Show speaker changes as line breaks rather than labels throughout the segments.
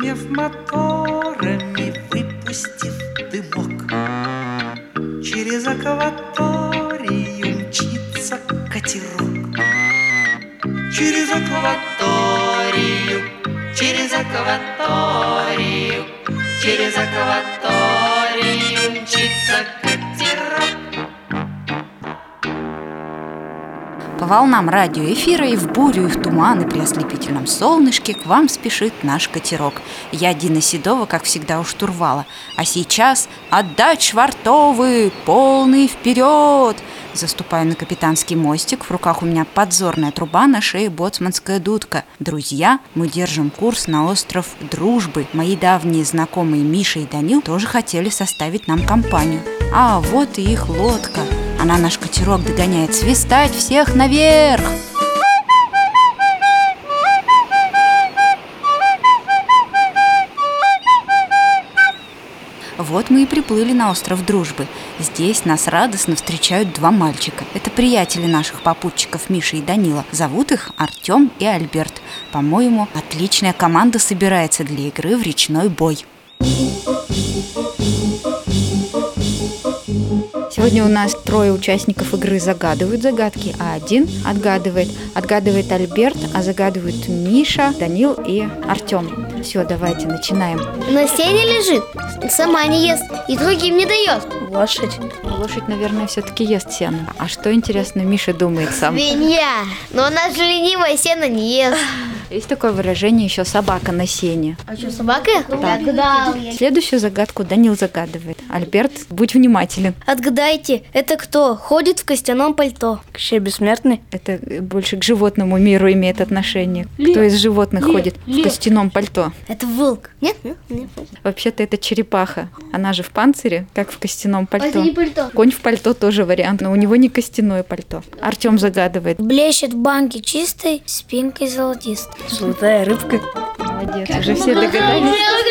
Загремев моторами, выпустив дымок, через акваторию мчится катерок. Через акваторию, через акваторию, через акваторию мчится катерок.
По волнам радиоэфира и в бурю, и в туман, и при ослепительном солнышке к вам спешит наш катерок. Я, Дина Седова, как всегда, у штурвала. А сейчас отдать швартовы, полный вперед! Заступаю на капитанский мостик, в руках у меня подзорная труба, на шее боцманская дудка. Друзья, мы держим курс на остров Дружбы. Мои давние знакомые Миша и Данил тоже хотели составить нам компанию. А вот и их лодка. Она наш катерок догоняет. Свистать всех наверх! Вот мы и приплыли на остров Дружбы. Здесь нас радостно встречают два мальчика. Это приятели наших попутчиков Миши и Данила. Зовут их Артем и Альберт. По-моему, отличная команда собирается для игры в речной бой. Сегодня у нас трое участников игры загадывают загадки, а один отгадывает. Отгадывает Альберт, а загадывают Миша, Данил и Артем. Все, давайте начинаем.
На сене лежит, сама не ест и другим не дает.
Лошадь.
Лошадь, наверное, все-таки ест сено. А что, интересно, Миша думает сам?
Свинья, но она же ленивая, сено не ест.
Есть такое выражение еще «собака на сене».
А что, собака?
Да.
Следующую загадку Данил загадывает. Альберт, будь внимателен.
Отгадайте, это кто ходит в костяном пальто?
Вообще бессмертный.
Это больше к животному миру имеет отношение. Кто из животных ходит в костяном пальто?
Это волк. Нет?
Вообще-то это черепаха. Она же в панцире, как в костяном пальто.
Это не пальто.
Конь в пальто тоже вариант, но у него не костяное пальто. Артем загадывает.
Блещет в банке чистой, спинкой золотистой.
Золотая рыбка.
Молодец, уже все догадались.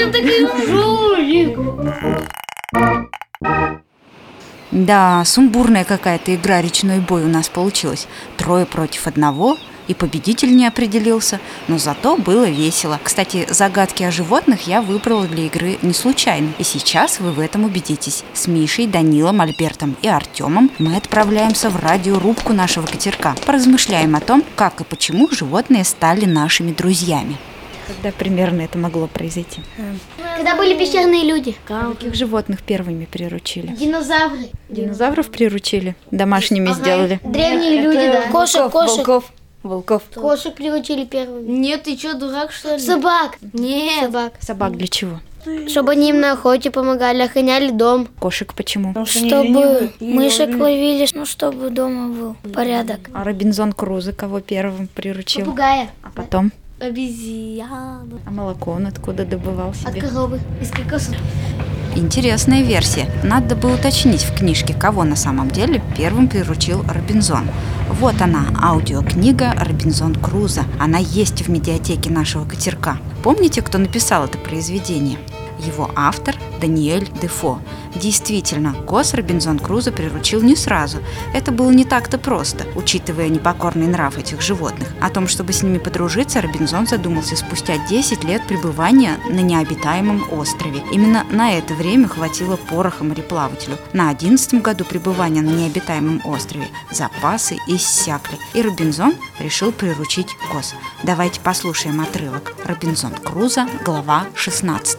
Да, сумбурная какая-то игра «Речной бой» у нас получилась. 3 против 1, и победитель не определился, но зато было весело. Кстати, загадки о животных я выбрала для игры не случайно, и сейчас вы в этом убедитесь. С Мишей, Данилом, Альбертом и Артемом мы отправляемся в радиорубку нашего катерка. Поразмышляем о том, как и почему животные стали нашими друзьями. Когда примерно это могло произойти?
Когда были пещерные люди.
Каких животных первыми приручили?
Динозавры.
Динозавров приручили? Домашними сделали?
Древние люди, да. Кошек.
Волков.
Кошек приручили первыми.
Нет, ты что, дурак, что ли?
Собак.
Нет.
Собак для чего?
Чтобы они им на охоте помогали, охраняли дом.
Кошек почему?
Чтобы мышек ловили, чтобы дома был порядок.
А Робинзон Крузо кого первым приручил?
Попугая.
А потом?
Обезьяна.
А молоко он откуда добывал
От
себе?
коровы. Из кокоса.
Интересная версия. Надо бы уточнить в книжке, кого на самом деле первым приручил Робинзон. Вот она, аудиокнига «Робинзон Крузо». Она есть в медиатеке нашего катерка. Помните, кто написал это произведение? Его автор Даниэль Дефо. Действительно, коз Робинзон Крузо приручил не сразу. Это было не так-то просто, учитывая непокорный нрав этих животных. О том, чтобы с ними подружиться, Робинзон задумался спустя 10 лет пребывания на необитаемом острове. Именно на это время хватило пороха мореплавателю. На 11-м году пребывания на необитаемом острове запасы иссякли, и Робинзон решил приручить коз. Давайте послушаем отрывок. Робинзон Крузо, глава 16.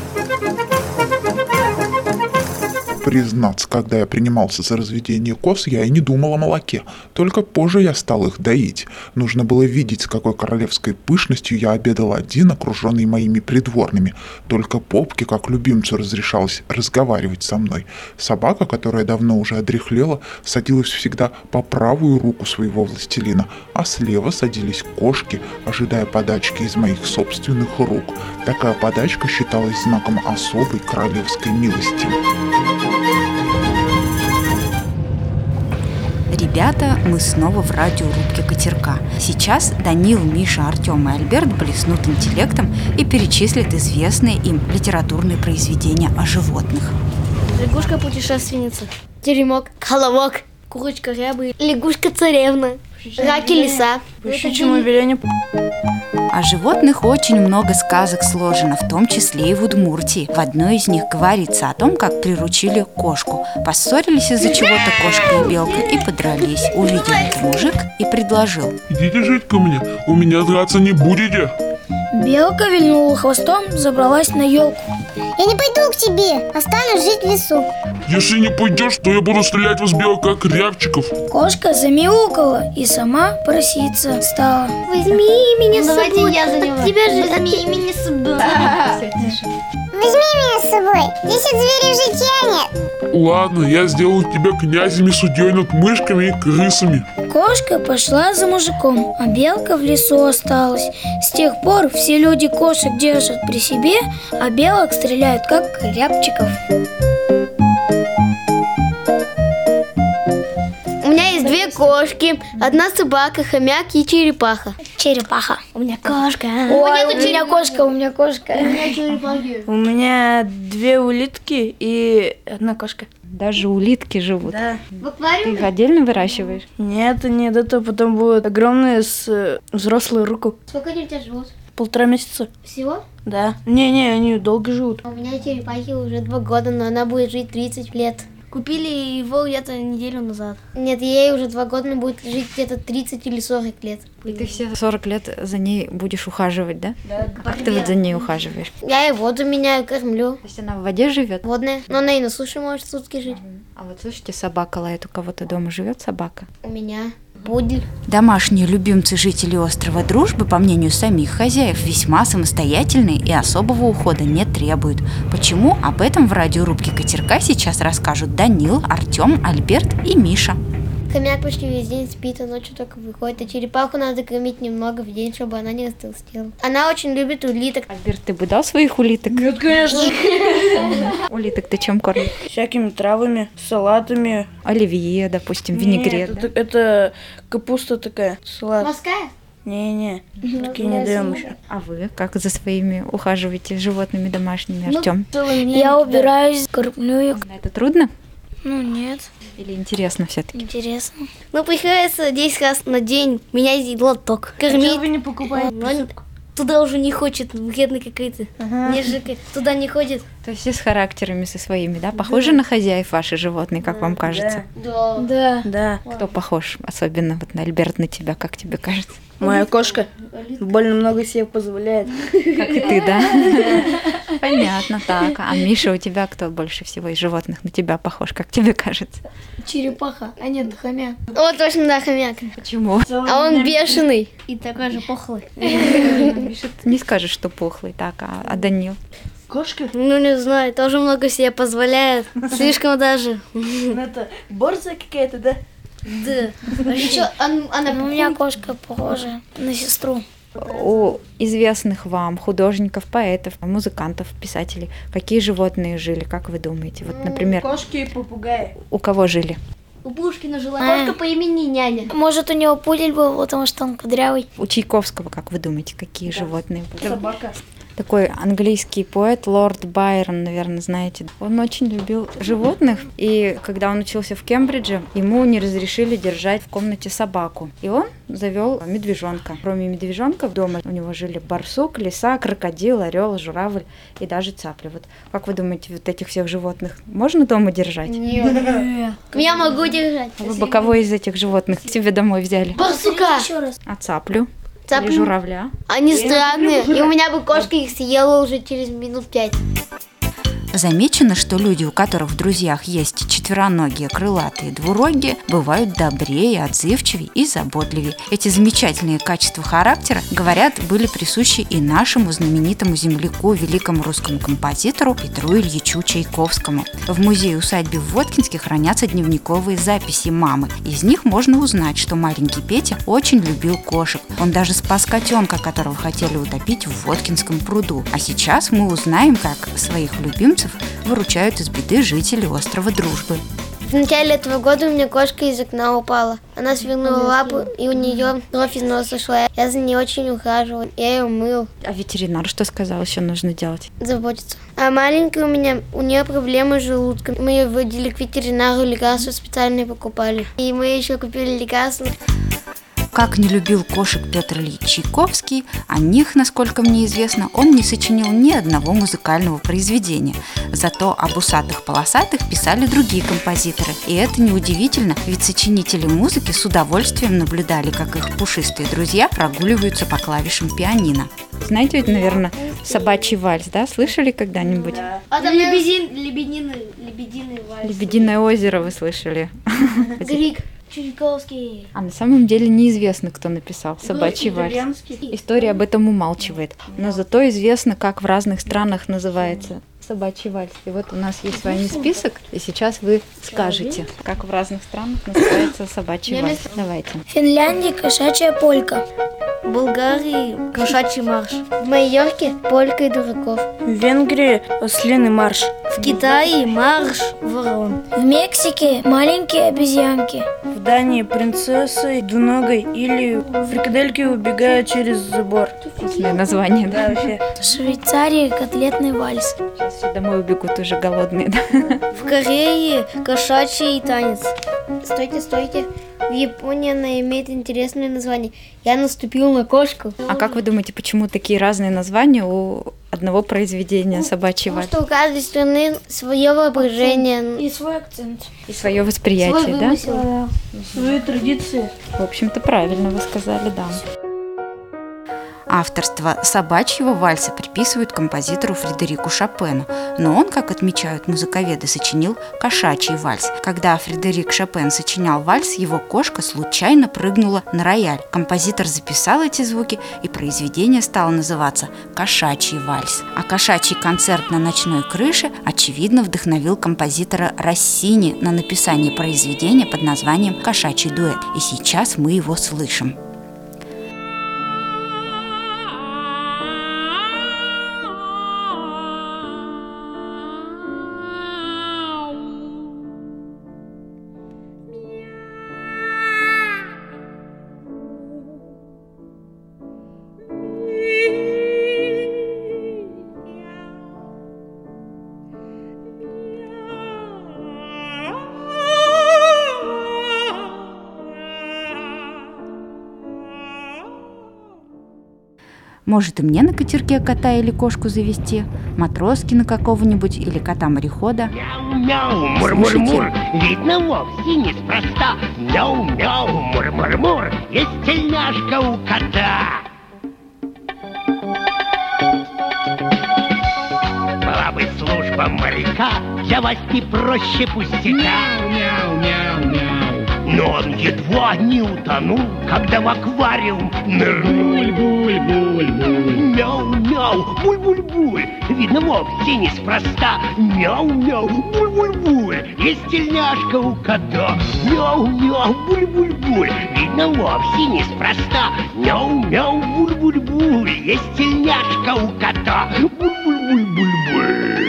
Признаться, когда я принимался за разведение коз, я и не думал о молоке. Только позже я стал их доить. Нужно было видеть, с какой королевской пышностью я обедал один, окруженный моими придворными. Только попке, как любимцу, разрешалось разговаривать со мной. Собака, которая давно уже одряхлела, садилась всегда по правую руку своего властелина, а слева садились кошки, ожидая подачки из моих собственных рук. Такая подачка считалась знаком особой королевской милости.
Ребята, мы снова в радиорубке катерка. Сейчас Данил, Миша, Артем и Альберт блеснут интеллектом и перечислят известные им литературные произведения о животных.
Лягушка-путешественница. Теремок. Колобок. Курочка ряба. Лягушка-царевна.
Раки лиса.
По щучьему велению.
О животных очень много сказок сложено, в том числе и в Удмуртии. В одной из них говорится о том, как приручили кошку. Поссорились из-за чего-то кошка и белка и подрались. Увидел это мужик и предложил:
идите жить ко мне, у меня драться не будете.
Белка вильнула хвостом, забралась на елку.
Я не пойду к тебе, останусь жить в лесу.
Если не пойдешь, то я буду стрелять в белок, как рябчиков.
Кошка замяукала и сама проситься стала.
Возьми меня с
Давайте
собой.
я за него.
От тебя же...
Возьми меня с собой.
Возьми меня с собой. Здесь от зверей житья нет.
Ладно, я сделаю тебя князем и судьей над мышками и крысами.
Кошка пошла за мужиком, а белка в лесу осталась. С тех пор все люди кошек держат при себе, а белок стреляют как рябчиков.
У меня есть две кошки, одна собака, хомяк и черепаха.
Черепаха.
У меня кошка.
Ой, у меня кошка, у меня кошка.
У меня 2 улитки и 1 кошка.
даже улитки живут.
Да.
В
Ты
аквариуме?
их отдельно выращиваешь?
Нет, это потом будут огромные с взрослую руку.
Сколько они у тебя живут?
1,5 месяца.
Всего?
Да. Не, они долго живут.
У меня черепахе уже 2 года, но она будет жить 30 лет. Купили его где-то неделю назад. Нет, ей уже 2 года, но будет жить где-то 30 или 40 лет.
И ты все 40 лет за ней будешь ухаживать, да? Да. Как ты вот за ней ухаживаешь?
Я ей воду меняю, кормлю.
То есть она в воде живет?
Водная. Но она и на суше может сутки жить.
А вот слушайте, собака лает, у кого-то дома живет собака?
У меня пудель.
Домашние любимцы жителей острова Дружбы, по мнению самих хозяев, весьма самостоятельные и особого ухода не требуют. Почему? Об этом в радиорубке «Катерка» сейчас расскажут Данил, Артем, Альберт и Миша.
Хомяк почти весь день спит, а ночью только выходит. А черепаху надо кормить немного в день, чтобы она не растолстела. Она очень любит улиток.
Альберт, ты бы дал своих улиток?
Нет, конечно.
Улиток ты чем кормишь?
Всякими травами, салатами.
Оливье, допустим, винегрет.
Нет, это капуста такая, салат.
Морская?
Не, такие не даем еще.
А вы как за своими ухаживаете животными домашними, Артем?
Я убираюсь, кормлю их.
Это трудно
Ну нет,
или интересно все-таки?
интересно.
Ну, приходится 10 раз на день менять лоток. Кормить.
Вы не покупаете?
Но туда уже не хочет, вредный какой-то. Нежик, туда не ходит.
То есть все с характерами, со своими, да? Похожи на хозяев ваши животные, как вам кажется?
Да.
Да.
Кто похож? Особенно вот на Альберт, на тебя, как тебе кажется?
Моя кошка больно много себе позволяет.
Как и ты, да? Понятно, так. А Миша, у тебя кто больше всего из животных на тебя похож, как тебе кажется?
Черепаха, а нет, хомяк.
Вот точно, да, хомяк.
Почему?
А он бешеный. И такой же похлый.
Миша, ты не скажешь, что пухлый, так, а Данил?
Кошка?
Ну, не знаю, тоже много себе позволяет. Слишком даже.
Это борзая какая-то, да?
Да. Еще она
У меня кошка похожа на сестру.
У известных вам художников, поэтов, музыкантов, писателей, какие животные жили, как вы думаете? Вот, например,
Кошки и попугаи.
у кого жили?
у Пушкина жила кошка по имени Няня.
Может, у него пудель был, потому что он кудрявый.
У Чайковского, как вы думаете, какие животные были?
Собака.
Такой английский поэт, лорд Байрон, наверное, знаете. Он очень любил животных, и когда он учился в Кембридже, ему не разрешили держать в комнате собаку. И он завел медвежонка. Кроме медвежонка в доме у него жили барсук, лиса, крокодил, орел, журавль и даже цапля. Вот как вы думаете, вот этих всех животных можно дома держать?
Нет. Я могу держать.
А вы бы кого из этих животных к себе домой взяли?
Барсука.
Еще раз.
А цаплю?
Цаплю.
Или журавля?
Они странные. И у меня бы кошка их съела уже через минут 5.
Замечено, что люди, у которых в друзьях есть четвероногие, крылатые, двурогие, бывают добрее, отзывчивее и заботливее. Эти замечательные качества характера, говорят, были присущи и нашему знаменитому земляку, великому русскому композитору Петру Ильичу Чайковскому. В музее-усадьбе в Воткинске хранятся дневниковые записи мамы. Из них можно узнать, что маленький Петя очень любил кошек. Он даже спас котенка, которого хотели утопить в Воткинском пруду. А сейчас мы узнаем, как своих любимцев выручают из беды жители острова Дружбы.
В начале этого года у меня кошка из окна упала. Она свернула лапу, и у нее кровь из носа шла. Я за ней очень ухаживал. Я ее мыл,
А ветеринар что сказал, еще нужно делать?
заботиться. А маленькая у нее проблемы с желудком. Мы ее водили к ветеринару, лекарства специальные покупали. И мы еще купили лекарства.
Как не любил кошек Петр Ильич Чайковский, о них, насколько мне известно, он не сочинил ни одного музыкального произведения. Зато об усатых-полосатых писали другие композиторы. И это неудивительно, ведь сочинители музыки с удовольствием наблюдали, как их пушистые друзья прогуливаются по клавишам пианино. Знаете, ведь, наверное, «Собачий вальс», да? Слышали когда-нибудь?
А там лебединый вальс.
«Лебединое озеро» вы слышали?
Грик Чайковский.
А на самом деле неизвестно, кто написал «Собачий вальс». История об этом умалчивает. Но зато известно, как в разных странах называется «Собачий вальс». И вот у нас есть с вами список, и сейчас вы скажете, как в разных странах называется «Собачий вальс». Давайте.
В Финляндии кошачья полька.
В Болгарии кошачий марш. В Майорке полька и дураков.
В Венгрии ослиный марш.
В Китае марш ворон.
В Мексике маленькие обезьянки.
В Дании принцессы двуногой или фрикадельки убегают через забор.
Вкусное название, да?
Да, вообще.
В Швейцарии котлетный вальс.
Сейчас все домой убегут уже голодные, да?
В Корее кошачий танец. Стойте. В Японии она имеет интересное название. Я наступил на кошку.
А как вы думаете, почему такие разные названия у одного произведения «Собачий вальс»?
Потому что у каждой страны свое воображение.
И свой акцент.
И свое восприятие,
Свой
да?
вымысел.
Свои традиции.
В общем-то, правильно вы сказали, да. Авторство «Собачьего вальса» приписывают композитору Фредерику Шопену, но он, как отмечают музыковеды, сочинил «Кошачий вальс». Когда Фредерик Шопен сочинял вальс, его кошка случайно прыгнула на рояль. Композитор записал эти звуки, и произведение стало называться «Кошачий вальс». А кошачий концерт на ночной крыше, очевидно, вдохновил композитора Россини на написание произведения под названием «Кошачий дуэт». И сейчас мы его слышим. Может, и мне на катерке кота или кошку завести, матроски на какого-нибудь или кота-морехода.
Мяу-мяу, мур-мур-мур, видно вовсе неспроста. Мяу-мяу, мур-мур-мур, есть тельняшка у кота. Была бы служба моряка, для вас не проще пустяка. Мяу-мяу-мяу-мяу. Но он едва не утонул, когда в аквариум нырнул. Буль-буль-буль-буль. Мяу-мяу, буль-буль-буль. Видно, вовсе неспроста. Мяу-мяу, буль-буль-буль. Есть тельняшка у кота. Мяу-мяу, буль-буль-буль. Видно, вовсе неспроста. Мяу-мяу, буль-буль-буль. Есть тельняшка у кота. Буль-буль-буль-буль-буль.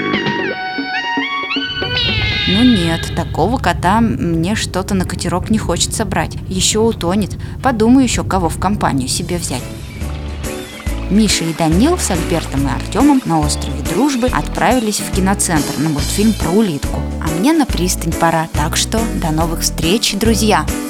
Ну нет, такого кота мне что-то на катерок не хочется брать. Еще утонет. Подумаю еще, кого в компанию себе взять. Миша и Данил с Альбертом и Артемом на острове Дружбы отправились в киноцентр на мультфильм про улитку. А мне на пристань пора, так что до новых встреч, друзья!